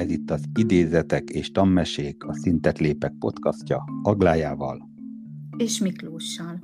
ez itt az Idézetek és tanmesék, a Szintet lépek podcastja Aglájával és Miklóssal.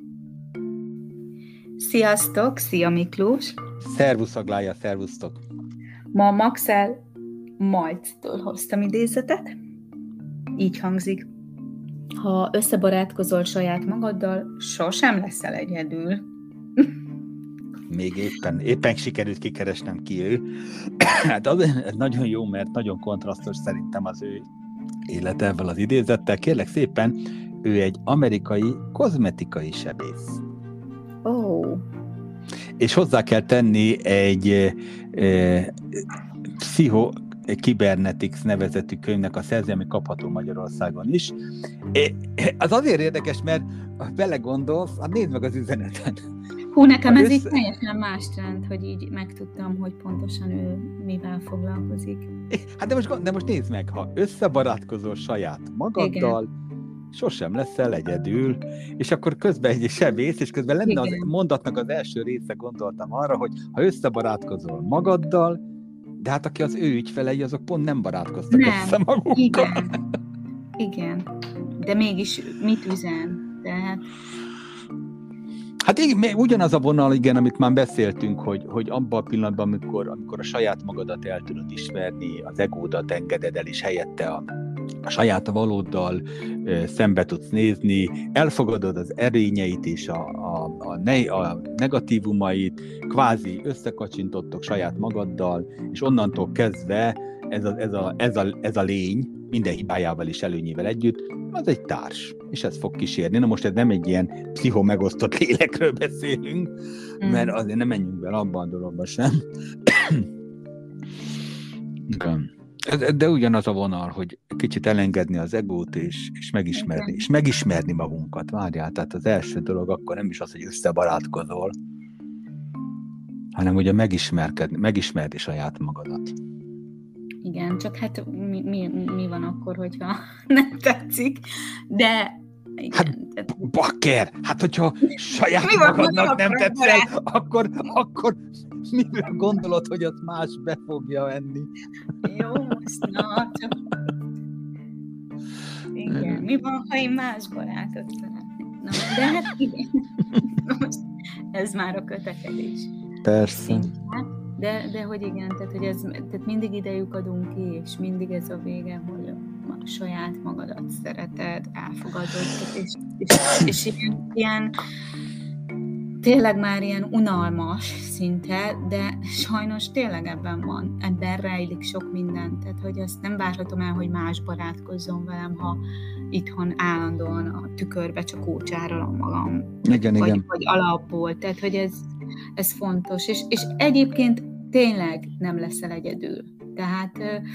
Sziasztok, szia Miklós! Szervusz Aglája, szervusztok! Ma Maxel Majctól hoztam idézetet. Így hangzik: ha összebarátkozol saját magaddal, sosem leszel egyedül. Még éppen sikerült kikeresnem ki ő. Hát ez nagyon jó, mert nagyon kontrasztos szerintem az ő élete ezzel az idézettel. Kérlek szépen, ő egy amerikai kozmetikai sebész. Oh. És hozzá kell tenni egy Kybernetics nevezetű könyvnek a szerzője, ami kapható Magyarországon is. Az azért érdekes, mert ha belegondolsz, nézd meg az üzenetet. Hú, nekem ez így teljesen más trend, hogy így megtudtam, hogy pontosan ő mivel foglalkozik. Hát de most nézd meg, ha összebarátkozol saját magaddal, igen, sosem leszel egyedül, és akkor közben egy sebész, és közben lenne az mondatnak az első része, gondoltam arra, hogy ha összebarátkozol magaddal, de hát aki az ő ügyfelei, azok pont nem barátkoztak össze magukkal. Igen. De mégis mit üzen? Tehát... Hát igen, ugyanaz a vonal, igen, amit már beszéltünk, hogy abban a pillanatban, amikor a saját magadat el tudod ismerni, az egódat engeded el, és helyette a saját valóddal szembe tudsz nézni, elfogadod az erényeit és a negatívumait, kvázi összekacsintottok saját magaddal, és onnantól kezdve ez a lény, minden hibájával és előnyével együtt, az egy társ, és ez fog kísérni. Na most ez nem egy ilyen pszichomegosztott lélekről beszélünk, mert azért nem menjünk bele abban a dologban sem. De ugyanaz a vonal, hogy kicsit elengedni az egót, és megismerni magunkat. Várjál, tehát az első dolog akkor nem is az, hogy összebarátkozol, hanem ugye megismerni saját magadat. Igen, csak hát mi van akkor, hogyha nem tetszik, de... Igen, hát bakker! Hát hogyha saját magadnak nem tetszel, akkor miről gondolod, hogy azt más be fogja venni? Jó, most csak... Igen, mi van, ha én más barátot szeretnék? De hát igen, most ez már a kötekedés. Persze. De hogy igen, tehát mindig idejük adunk ki, és mindig ez a vége, hogy a saját magadat szereted, elfogadod, és ilyen tényleg már ilyen unalmas szinte, de sajnos tényleg ebben rejlik sok minden, tehát hogy ezt nem várhatom el, hogy más barátkozzon velem, ha itthon állandóan a tükörbe csak ócsárolom magam, vagy alapból, tehát hogy ez fontos, és egyébként tényleg nem leszel egyedül. Tehát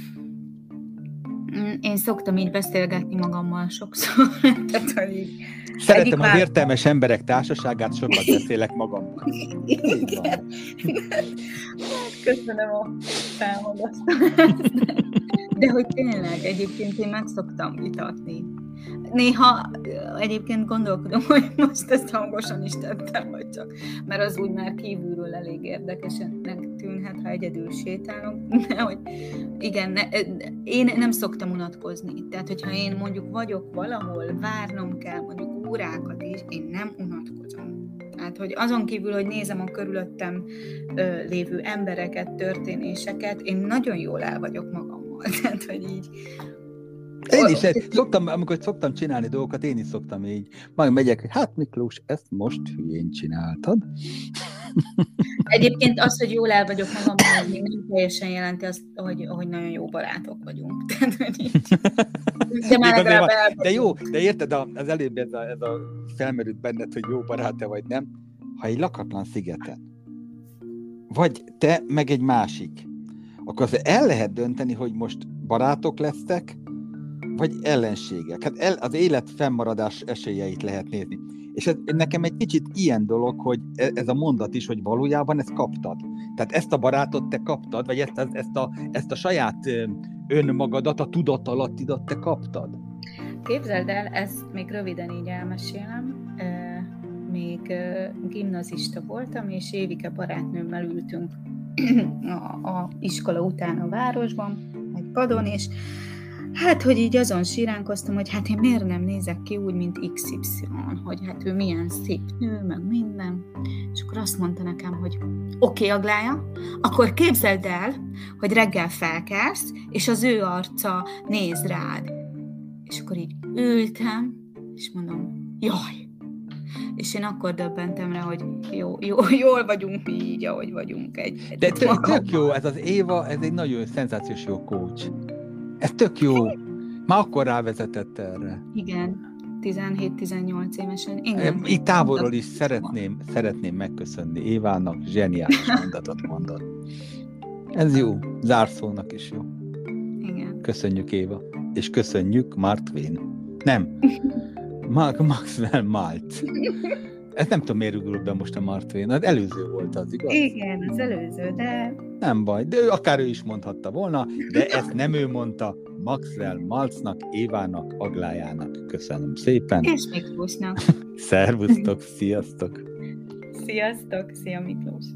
én szoktam így beszélgetni magammal sokszor. Tehát, hogy így szeretem az értelmes emberek társaságát, sokat beszélek magammal. Igen. Köszönöm a felmondást. De hogy tényleg, egyébként én meg szoktam vitatni. Néha egyébként gondolkodom, hogy most ezt hangosan is tettem, vagy csak, mert az úgy már kívülről elég érdekesnek tűnhet, ha egyedül sétálunk, de hogy igen, én nem szoktam unatkozni. Tehát, hogyha én mondjuk vagyok valahol, várnom kell mondjuk órákat is, én nem unatkozom. Tehát, hogy azon kívül, hogy nézem a körülöttem lévő embereket, történéseket, én nagyon jól el vagyok magammal. Tehát, hogy így... Én is amikor szoktam csinálni dolgokat, én is szoktam így. Majd megyek, hogy hát Miklós, ezt most hülyén csináltad. Egyébként az, hogy jól el vagyok magammal, még nem teljesen jelenti azt, hogy nagyon jó barátok vagyunk. De jó, de érted, az előbb ez a felmerült benned, hogy jó barát-e vagy nem, ha egy lakatlan szigeten, vagy te, meg egy másik, akkor azért el lehet dönteni, hogy most barátok lesztek, vagy ellenségek. Hát az élet fennmaradás esélyeit lehet nézni. És ez nekem egy kicsit ilyen dolog, hogy ez a mondat is, hogy valójában ezt kaptad. Tehát ezt a barátot te kaptad, vagy ezt a saját önmagadat, a tudatalattidat te kaptad. Képzeld el, ezt még röviden így elmesélem. Még gimnazista voltam, és Évike barátnőmmel ültünk a iskola után a városban, egy padon, és hát, hogy így azon síránkoztam, hogy hát én miért nem nézek ki úgy, mint XY, hogy hát ő milyen szép nő, meg minden. És akkor azt mondta nekem, hogy oké, Aglája, akkor képzeld el, hogy reggel felkelsz, és az ő arca néz rád. És akkor így ültem, és mondom, jaj. És én akkor döbbentem rá, hogy jól vagyunk mi így, ahogy vagyunk. De tök jó, ez az Éva, ez egy nagyon szenzációs jó coach. Ez tök jó. Már akkor rávezetett erre. Igen, 17-18 évesen. Igen. Itt távolról is szeretném megköszönni Évának, zseniális mondatot mondott. Ez jó, zárszónak is jó. Igen. Köszönjük, Éva. És köszönjük Mark Twain. Nem. Maxwell Maltz. Ezt nem tudom, miért ugrott be most a Mark Twain. Az előző volt az, igaz? Igen, az előző, de... Nem baj, de akár ő is mondhatta volna, de ezt nem ő mondta. Maxwell Maltznak, Évának, Aglájának. Köszönöm szépen. És Miklósnak. Szervusztok, sziasztok! Sziasztok, szia Miklós!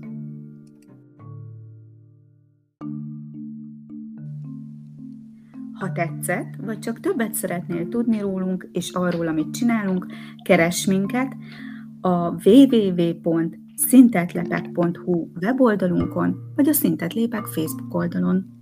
Ha tetszett, vagy csak többet szeretnél tudni rólunk és arról, amit csinálunk, keress minket a www.szintetlepek.hu weboldalunkon, vagy a Szintet Lépek Facebook oldalon.